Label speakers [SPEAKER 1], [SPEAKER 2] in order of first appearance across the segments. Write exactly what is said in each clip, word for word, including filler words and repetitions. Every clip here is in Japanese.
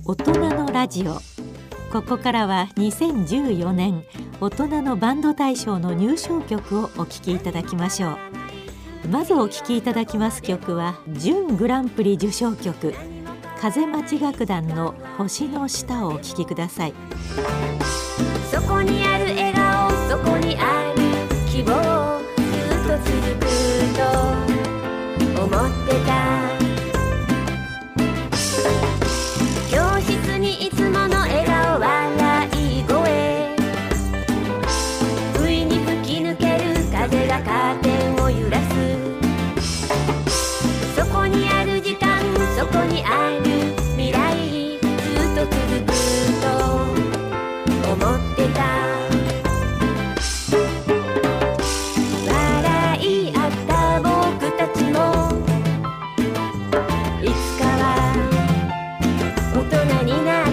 [SPEAKER 1] 大人のラジオ。ここからはにせんじゅうよねん大人のバンド大賞の入賞曲をお聴きいただきましょう。まずお聴きいただきます曲は準グランプリ受賞曲、風待ち楽団の星の下をお聴きください。
[SPEAKER 2] そこにある笑顔、そこにある希望、ずっと続くと思ってた。教室にいつもの笑顔、笑い声、不意に吹き抜ける風がカーテンを揺らす。そこにある時間、そこにある未来、ずっと続くと思ってた。笑い合った僕たちもいつかは大人になって、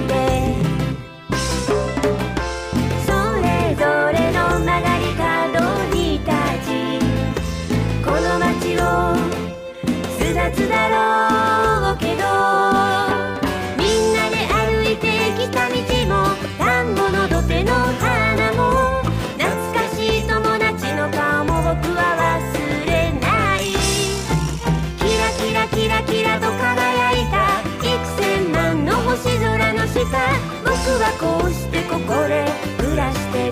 [SPEAKER 2] それぞれの曲がり角に立ち、この街を巣立つだろうけど、みんなで歩いてきた道も、田んぼの土手の花も、懐かしい友達の顔も僕は忘れない。キラキラキラキラと輝いた幾千万の星空の下、僕はこうしてここで暮らしてる。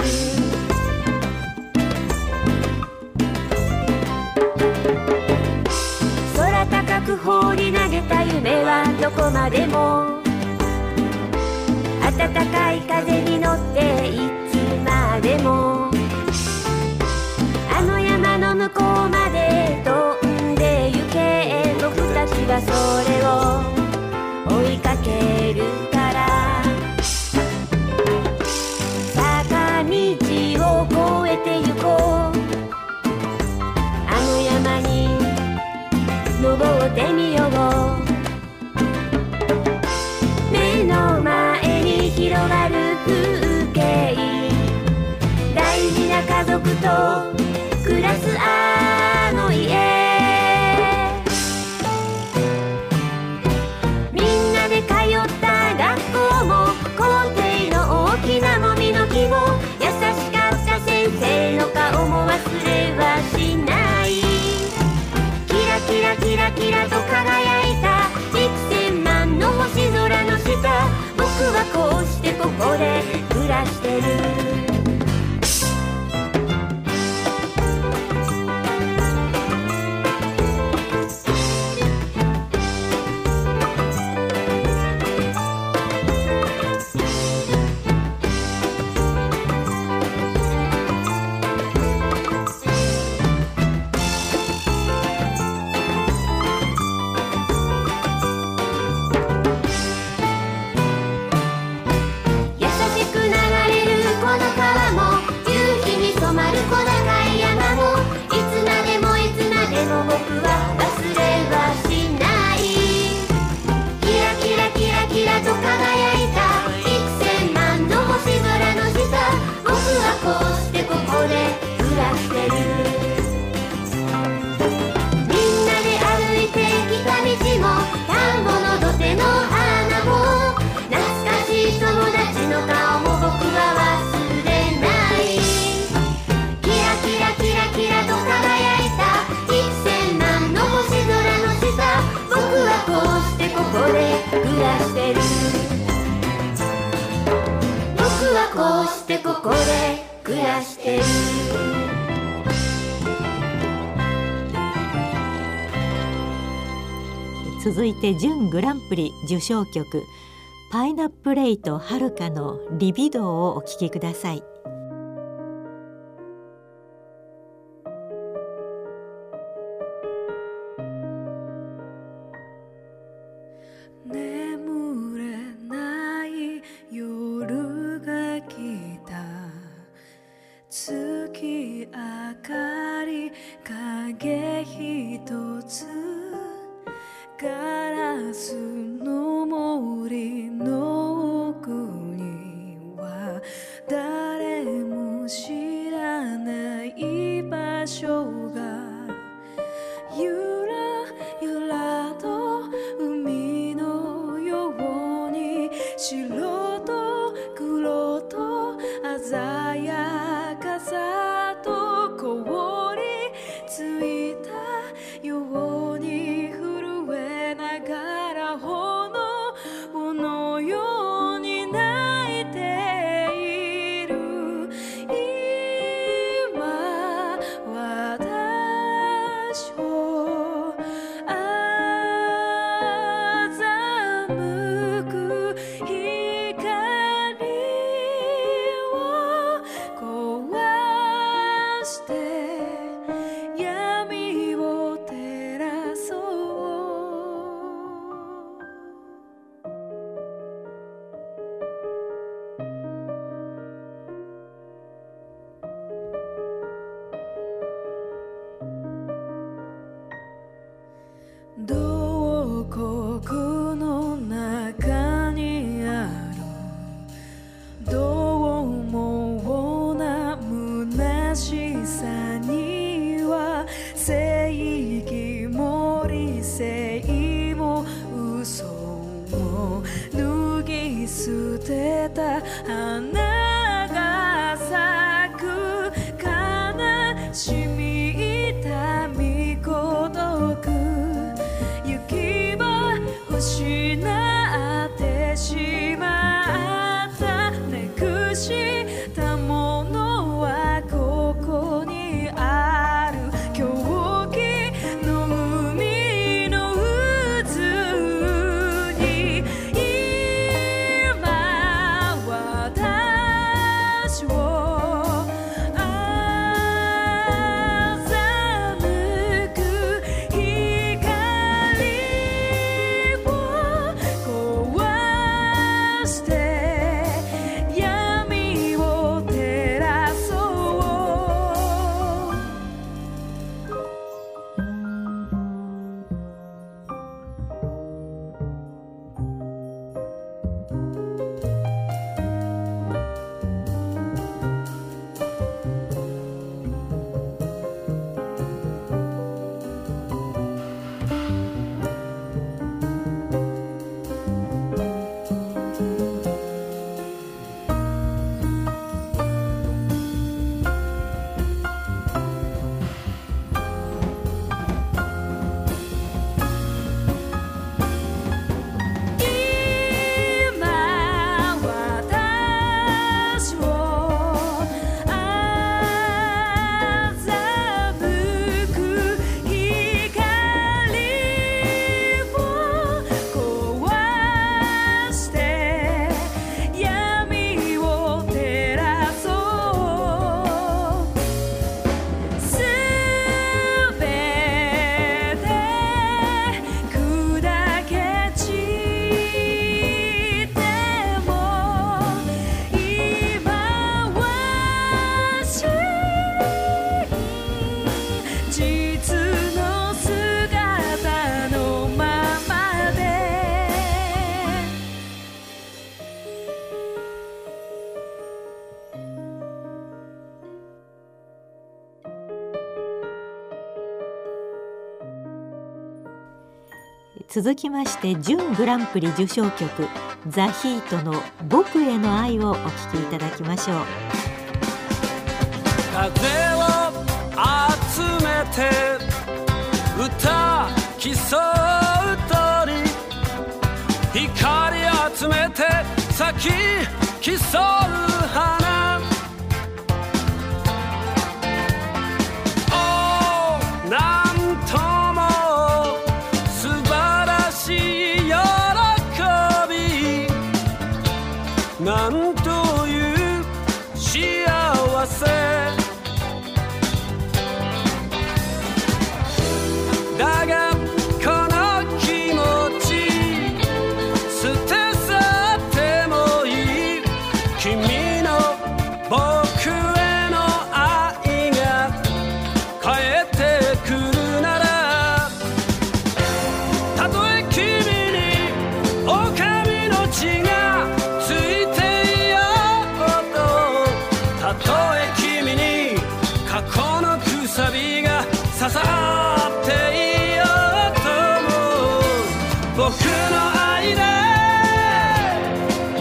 [SPEAKER 2] 空高く放り投げた夢はどこまでも、暖かい風に乗っていつまでも、あの山の向こうまで飛んで行け。僕たちはそれを追いかけるから、坂道を越えて行こう。あの山に登ってみよう。目の前に広がる風景、大事な家族と暮らすあの家、みんなで通った学校も、校庭の大きなもみの木も、優しかった先生の顔も忘れはしない。キラキラキラキラと輝いた幾千万の星空の下、僕はこうしてここで暮らしてる。
[SPEAKER 1] 続いて準グランプリ受賞曲、パイナップレイとはるかのリビドーをお聴きください。
[SPEAKER 3] 眠れない夜が来た、月明かり影ひとつ、ガラスの森の奥には誰も知らない場所が、ゆらゆらと海の白と黒と鮮やかさと凍りついたように震えながら炎のように泣いている。今私を欺く光を壊して闇を照らそう。洞窟の中にあるどう猛な虚しさには正義も理性も嘘も脱ぎ捨てた花が咲く。悲しみ痛み孤独行き場失ってしまったなくしたものはここにある。狂気の海の渦に今私を欺く光を壊して闇を照らそう。今私を欺く光を壊して闇を照らそう。すべて砕け散っても今は真実の姿のままで。
[SPEAKER 1] 続きまして準グランプリ受賞曲ザ・ヒートの僕への愛をお聴きいただきましょう。
[SPEAKER 4] 風を集めて歌競う鳥光集めて咲き競う花おーなんとも素晴らしい喜びなんという幸せだがこの気持ち捨て去ってもいい君の僕への愛が帰ってくるならたとえ君に狼の血がついていようとたとえ君に過去のくさびが刺さっていようとも僕の愛で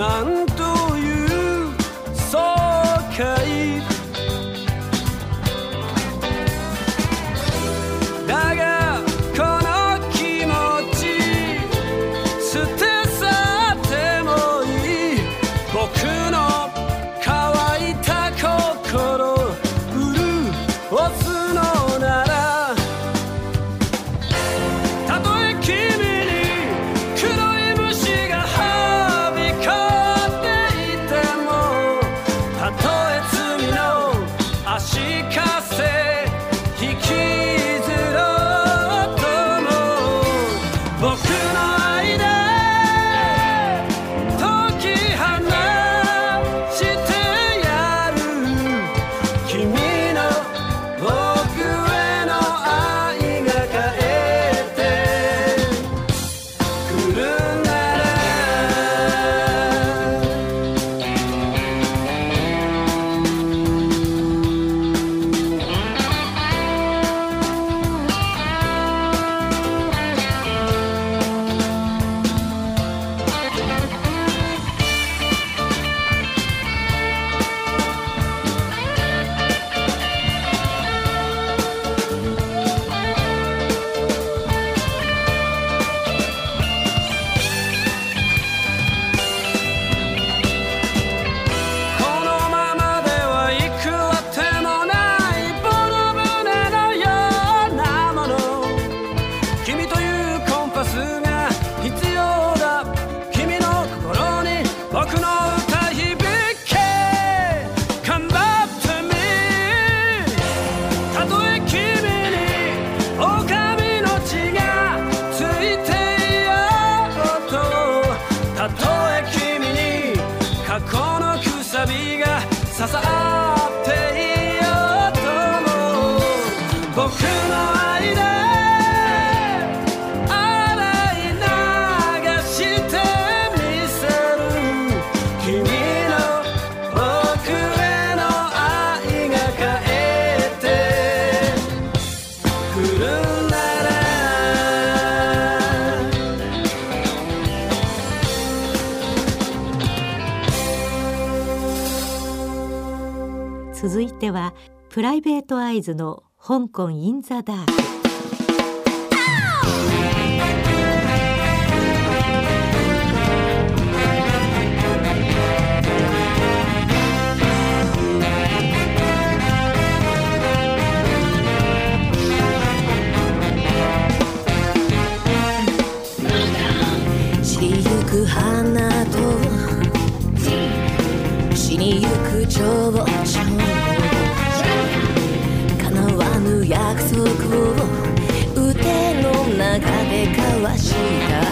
[SPEAKER 4] なんという爽快だがこの気持ち捨て去ってもいい僕の乾いた心潤すのならたとえ君に黒い虫がはびこっていてもたとえ罪の足かせ引きずろうとも僕の愛で解き放してやる君の僕への愛が帰ってくるならこのままではいくら手もないボロ船のようなもの君というコンパスが必要だ君の心に僕の歌響け頑張ってみたとえ君に狼の血がついていようとたとえ君に過去のくさびが刺さっていようとも僕の愛で洗い流してみせる君の僕への愛が帰ってくるなら
[SPEAKER 1] 続いてはプライベートアイズの香港インザダーク。
[SPEAKER 5] 散りゆく花と死にゆく蝶々叶わぬ約束を腕の中で交わした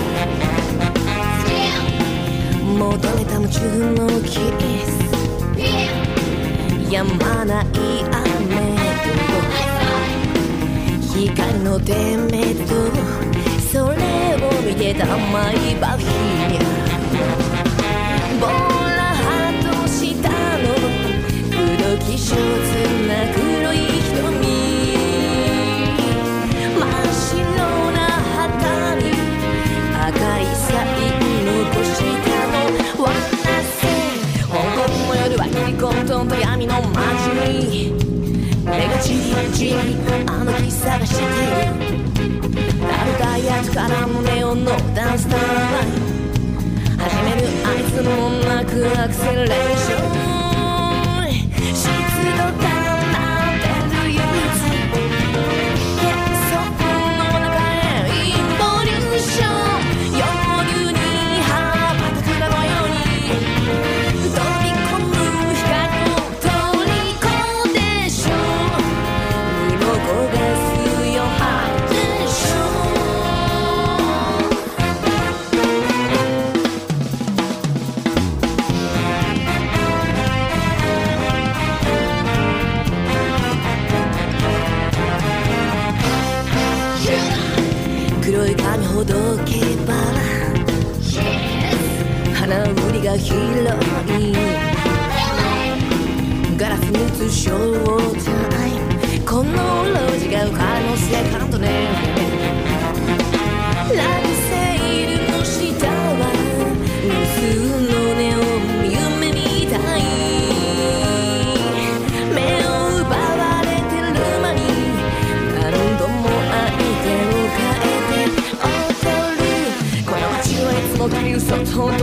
[SPEAKER 5] 求めた夢中のキス止まない雨と光の点滅とそれを見てたマイバヒニャボーラハットしたの黒きショーツな黒い瞳真っ白な旗に赤いサイン残したのワンナセ香港の夜はきり混沌と闇の街に目がチリチリあの日探してる食べたやつからのネオンのダンスタイム始めるあいつもなくアクセレーション湿度高なってる憂鬱幻想の中へインボリューション夜流に羽ばたく名のように飛び込む光の虜でしょう鱗がすよハーでしょう黒い髪ほどけば花売りが広いガラスに映ショータイムこの路地が彼のセカンドねラブセイルの下は無数のネオン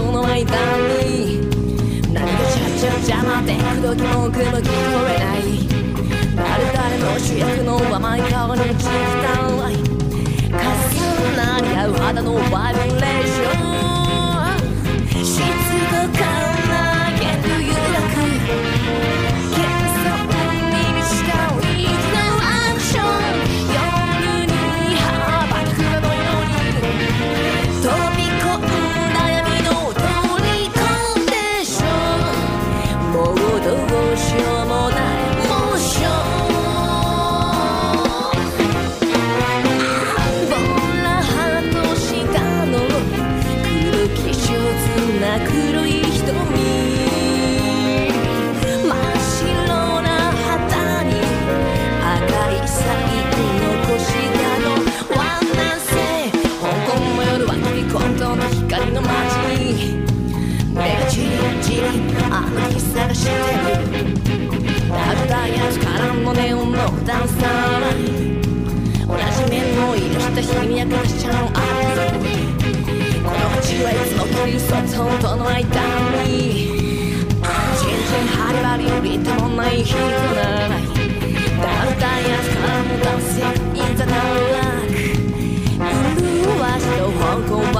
[SPEAKER 5] の間に何がちゃっちゃ邪魔で口説き文句も聞こえない。誰々の主役の甘い顔に散った重なり合う肌のバイブレーション、湿度から限度緩らく幻想に満ちたウィークのアクション、夜に羽ばたくかのように飛び込んだ闇のトリコンデーション、もうどうしようもないモーション、黒い瞳、真っ白な旗に赤いサイン残したのワンナンセイ、香港の夜は飛び込んだの光の街に目がじりじりあの日探してる、ダブダイヤつからんのネオンのダンサー、同じ面を色した日に焼け出しちゃうアーティスト、この街はいつも距離外との間に全然ハリバリリともない人ならない、ダルタイヤからも男性インザダーラック、麗しと香港